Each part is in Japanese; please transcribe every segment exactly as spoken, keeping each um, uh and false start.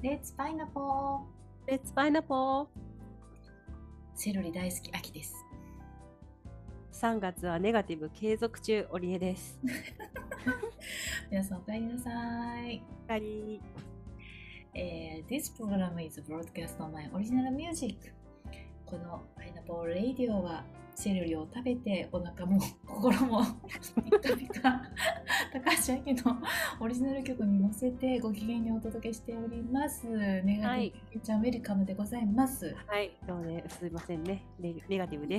レッツパイナポー。 レッツパイナポー。 セロリ大好き秋です。 さんがつはネガティブ継続中、オリエです。 皆さんお帰りなさい。 おかえり。 えー、This program is broadcast on my original music。このパイナポーレイディオはセロリを食べてお腹も心もピカピカ高橋明のオリジナル曲に乗せてご機嫌にお届けしております。ネガティブちゃん、ウェルカムでございます。 はい、どうもね、すいませんね、ネ, ネガティブです。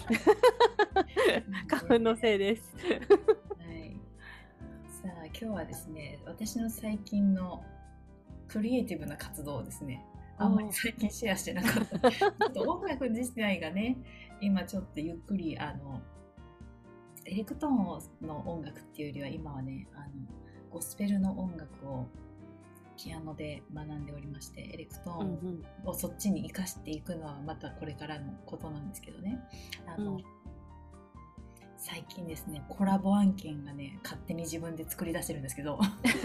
花粉のせいです。 はい。さあ今日はですね、私の最近のクリエイティブな活動をですね、あんまり最近シェアしてなかった。ちょっと音楽自体がね、今ちょっとゆっくりあのエレクトーンの音楽っていうよりは今はね、あのゴスペルの音楽をピアノで学んでおりまして、エレクトーンをそっちに生かしていくのはまたこれからのことなんですけどね。あの、うん、最近ですね、コラボ案件がね、勝手に自分で作り出してるんですけど。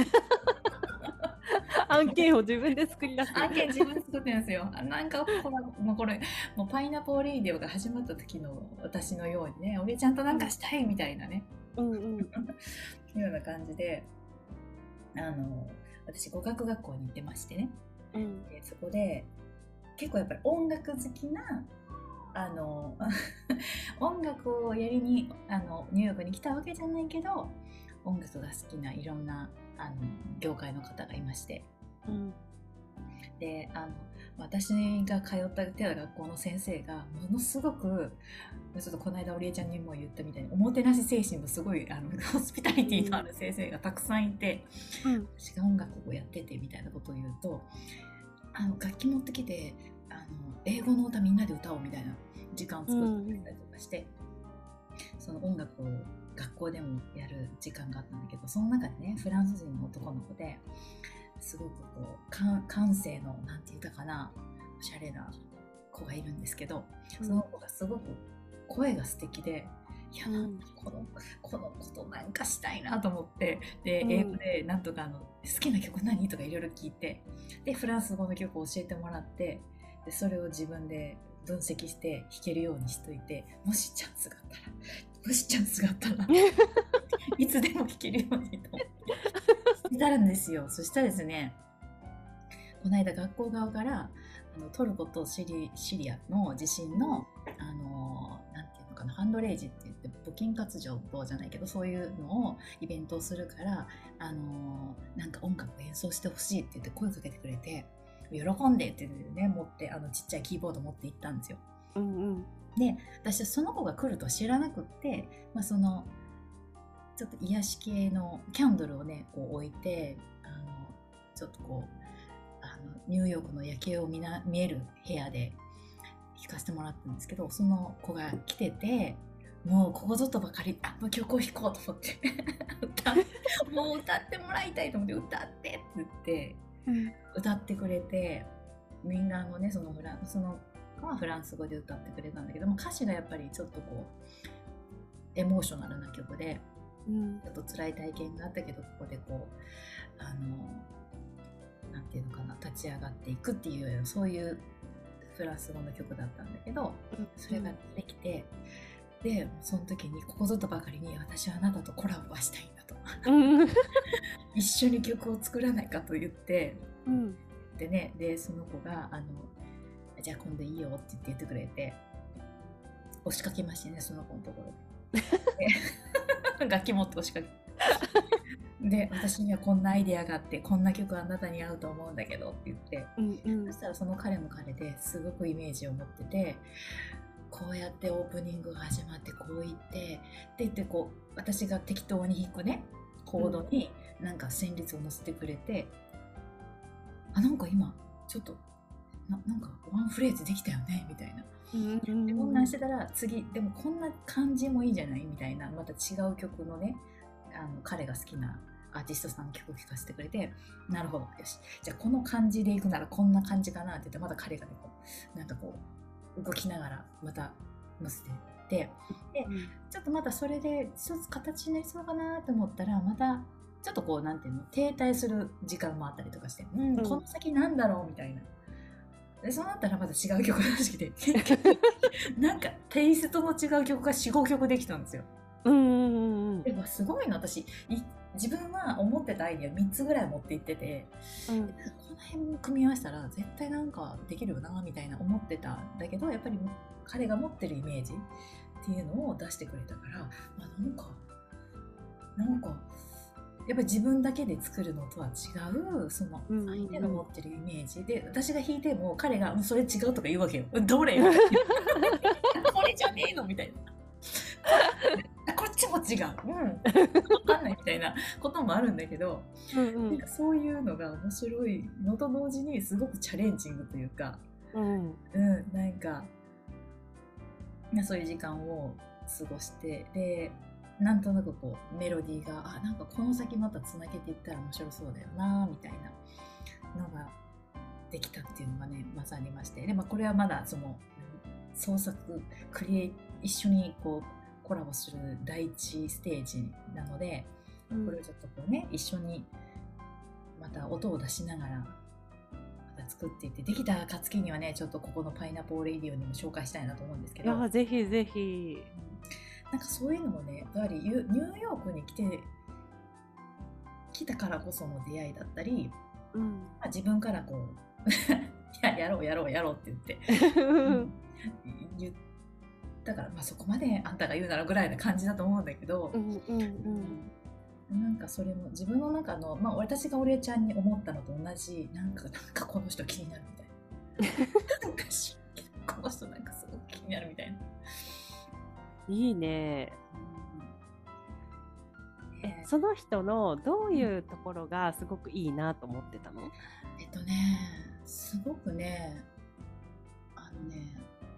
案件を自分で作り出す。 案件自分で作ってるんですよ。なんかこれ、もうこれ、もうパイナポーレイディオが始まった時の私のようにね、俺ちゃんとなんかしたいみたいなね。 うんうん。 いうような感じで、あの、私語学学校に行ってましてね。うん、でそこで、結構やっぱり音楽好きな、あの、音楽をやりに、あの、ニューヨークに来たわけじゃないけど、音楽が好きないろんな、あの、業界の方がいまして。うん、であの私が通った学校の先生がものすごくちょっとこの間オリエちゃんにも言ったみたいにおもてなし精神もすごいあのホスピタリティのある先生がたくさんいて、うん、私が音楽をやっててみたいなことを言うとあの楽器持ってきてあの英語の歌みんなで歌おうみたいな時間を作ってくれたりとかして、うん、その音楽を学校でもやる時間があったんだけどその中でねフランス人の男の子ですごくこう感性のなんて言ったかなおしゃれな子がいるんですけど、その子がすごく声が素敵で、いや、うん、このこのことなんかしたいなと思ってで、うん、英語でなんとかあの好きな曲何とかいろいろ聞いてでフランス語の曲を教えてもらってでそれを自分で分析して弾けるようにしといてもしチャンスがあったらもしチャンスがあったらいつでも弾けるようにと思ってしてたんですよ。そしたらですねこの間学校側からあのトルコとシリ、シリアの地震の、あのなんていうのかなファンドレイジって言って募金活動じゃないけどそういうのをイベントをするから、あのなんか音楽演奏してほしいって言って声かけてくれて喜んでって言ってね持ってあのちっちゃいキーボード持って行ったんですよ。うんうん、で私はその子が来るとは知らなくって、まあ、そのちょっと癒し系のキャンドルをねこう置いてあのちょっとこうあのニューヨークの夜景を 見, な見える部屋で弾かせてもらったんですけどその子が来ててもうここぞとばかりあの曲を弾こうと思って歌もう歌ってもらいたいと思って歌ってって言って、うん、歌ってくれてみんなのねそのフランその子はフランス語で歌ってくれたんだけども歌詞がやっぱりちょっとこうエモーショナルな曲で、うん、ちょっと辛い体験があったけどここでこうあのなんていうのかな立ち上がっていくっていうようなそういうフランス語の曲だったんだけどそれができて、うん、でその時にここぞとばかりに私はあなたとコラボはしたいんだと一緒に曲を作らないかと言って、うん、でねでその子があのじゃあ今度いいよって言って言ってくれて押しかけましてねその子のところで楽器持って押しかけで私にはこんなアイデアがあってこんな曲あなたに合うと思うんだけどって言って、うんうん、そしたらその彼も彼ですごくイメージを持っててこうやってオープニングが始まってこう言ってって言ってこう私が適当に弾くねコードになんか旋律を乗せてくれて、うん、あなんか今ちょっと な, なんかワンフレーズできたよねみたいな、うんうん、でこんなんしてたら次でもこんな感じもいいじゃないみたいなまた違う曲のねあの彼が好きなアーティストさんの曲を聴かせてくれてなるほどよしじゃあこの感じでいくならこんな感じかなって言ってまた彼がねこうなんかこう動きながらまた乗せていってで、うん、ちょっとまたそれで一つ形になりそうかなと思ったらまたちょっとこうなんていうの停滞する時間もあったりとかして、うん、 うんこの先なんだろうみたいな。でそうなったらまた違う曲出してきてなんかテイストの違う曲が よん,ご 曲できたんですよ。 うんうんうんでもすごいの私い自分は思ってたアイディアみっつぐらい持っていってて、 うんこの辺組み合わせたら絶対なんかできるよなみたいな思ってたんだけど、やっぱり彼が持ってるイメージっていうのを出してくれたから、まあ、なんかなんかやっぱり自分だけで作るのとは違うそのうんうんうん相手の持ってるイメージで、私が弾いても彼がうんそれ違うとか言うわけよ。どれみたいなこれじゃねえのみたいなこっちも違う、うん、分かんないみたいなこともあるんだけど、 うんうんなんかそういうのが面白いのと同時にすごくチャレンジングというか、 うんうん、なんかそういう時間を過ごして、でなんとなくこうメロディーがあなんかこの先またつなげていったら面白そうだよなみたいなのができたっていうのがねまずありまして、で、まあ、これはまだその創作クリエイ一緒にこうコラボする第一ステージなので、 うん、 これをちょっとこうね一緒にまた音を出しながらまた作っていって、できた暁にはねちょっとここのパイナポーレイディオにも紹介したいなと思うんですけど、 いやぜひぜひなんかそういうのもねやはりニューヨークに来て来たからこその出会いだったり、 うんまあ、自分からこういややろうやろうやろうって言って、うん、言ったから、まあ、そこまであんたが言うならぐらいな感じだと思うんだけど、 うんうんうん、 なんかそれも自分の中の、まあ、私がお礼ちゃんに思ったのと同じなんかなんかこの人気になるみたいななんかこの人なんかすごく気になるみたいな。 いいね。えその人のどういうところがすごくいいなと思ってたの？ えっとねすごくねあのね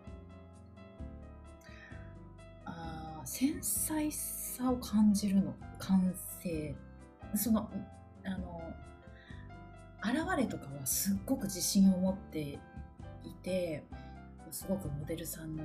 あ繊細さを感じるの、感性、そのあの現れとかはすっごく自信を持っていて、すごくモデルさんの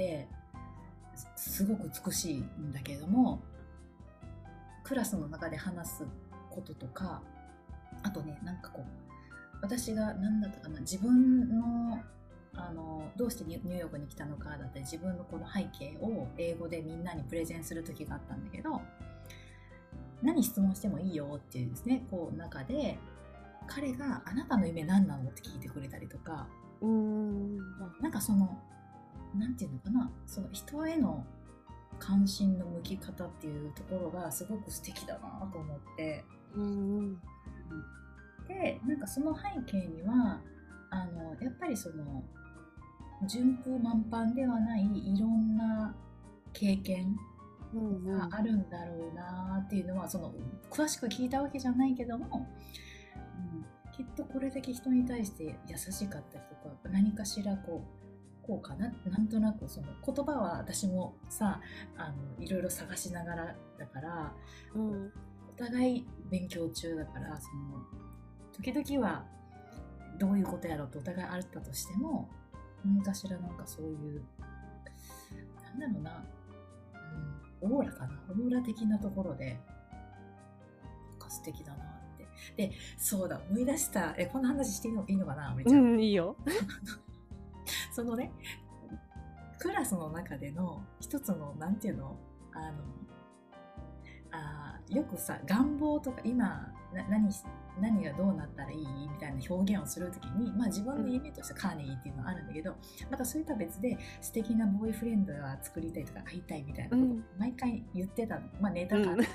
ですごく美しいんだけれども、クラスの中で話すこととか、あとねなんかこう私が何だったかな、自分のあのどうしてニューヨークに来たのかだったり自分のこの背景を英語でみんなにプレゼンする時があったんだけど、何質問してもいいよっていうですねこう中で彼があなたの夢何なのって聞いてくれたりとか、 うーんなんかそのなんていうのかな、その人への関心の向き方っていうところがすごく素敵だなと思って、 うんうんでなんかその背景にはあのやっぱりその順風満帆ではないいろんな経験があるんだろうなっていうのは、その詳しく聞いたわけじゃないけども、うん、きっとこれだけ人に対して優しかったりとか何かしらこうこうかな、なんとなくその言葉は私もさあのいろいろ探しながらだから、うん、お互い勉強中だから、その時々はどういうことやろうとお互いあったとしても何かしらなんかそういうなんだろうな、うん、オーラかな、オーラ的なところでなんか素敵だなって。でそうだ思い出した、えこんな話していいの、いいのかな、おりちゃん、 うん、いいよそのねクラスの中での一つのなんていうの、あのあよくさ願望とか今な 何, 何がどうなったらいいみたいな表現をするときに、まあ、自分の夢としてカーネギーっていうのはあるんだけど、またそれとは別で素敵なボーイフレンドが作りたいとか会いたいみたいなことを毎回言ってたの、まあネタから、うん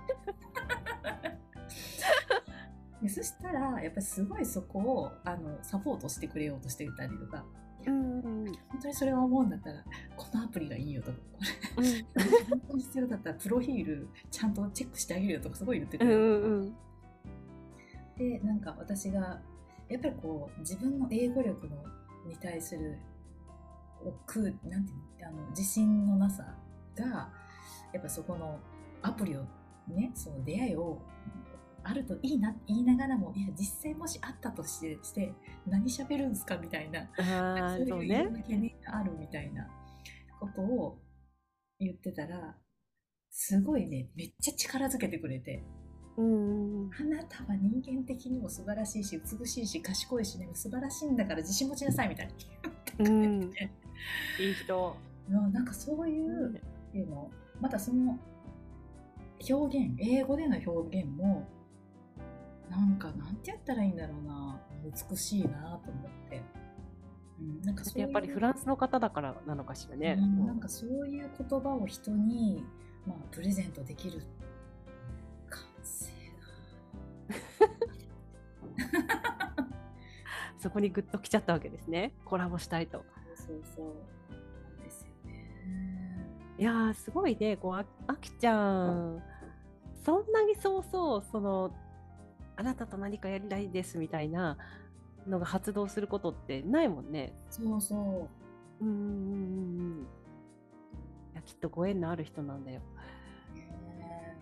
でそしたらやっぱりすごいそこをあのサポートしてくれようとしていたりとか、うんうん、本当にそれを思うんだったらこのアプリがいいよとか、うん、本当に必要だったらプロフィールちゃんとチェックしてあげるよとかすごい言ってて、うんうん、でなんか私がやっぱりこう自分の英語力のに対する億なんていうの、あの自信のなさがやっぱそこのアプリをね、その出会いをあるといいなって言いながらも、いや実際もしあったとして、して何喋るんですかみたいな、あそういういろんな懸念があるみたいなことを言ってたら、すごいねめっちゃ力づけてくれて、 うん、 あなたは人間的にも素晴らしいし美しいし賢いし、ね、素晴らしいんだから自信持ちなさいみたいな、うん、 いい人。 なんかそういうの、またその表現、英語での表現もなんかなんて言ったらいいんだろうな、美しいなと思って、うん、なんかそういう、 やっぱりフランスの方だからなのかしらね、 うん、なんかそういう言葉を人に、まあ、プレゼントできる感性がそこにグッときちゃったわけですね、コラボしたいと。 そうそうなんですよね。 いやーすごいね、こうああきちゃんそんなにそうそうそのあなたと何かやりたいですみたいなのが発動することってないもんね。 そうそう。 うんうんうんうん。いやきっとご縁のある人なんだよ。 ね、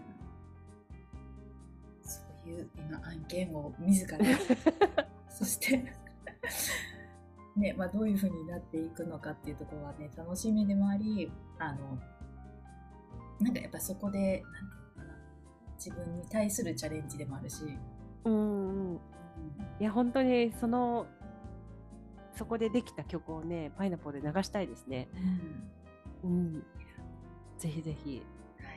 そういう今案件を自らそしてね、まあ、どういう風になっていくのかっていうところはね楽しみでもあり、あのなんかやっぱそこでなんていうのかな、自分に対するチャレンジでもあるし、 うん、うん、いや本当にそのそこでできた曲をねパイナポーで流したいですね。うん、うん、ぜひぜひ。はい。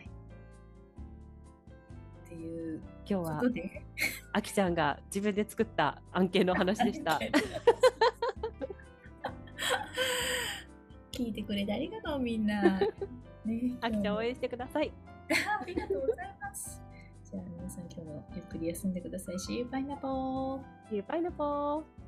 っていう今日はあきちゃんが自分で作った案件の話でした。 聞いてくれてありがとうみんな。 ね、あきちゃん応援してください。 ありがとうございます。じゃあ皆さん今日もゆっくり休んでください。See you, pineapple. See you, pineapple.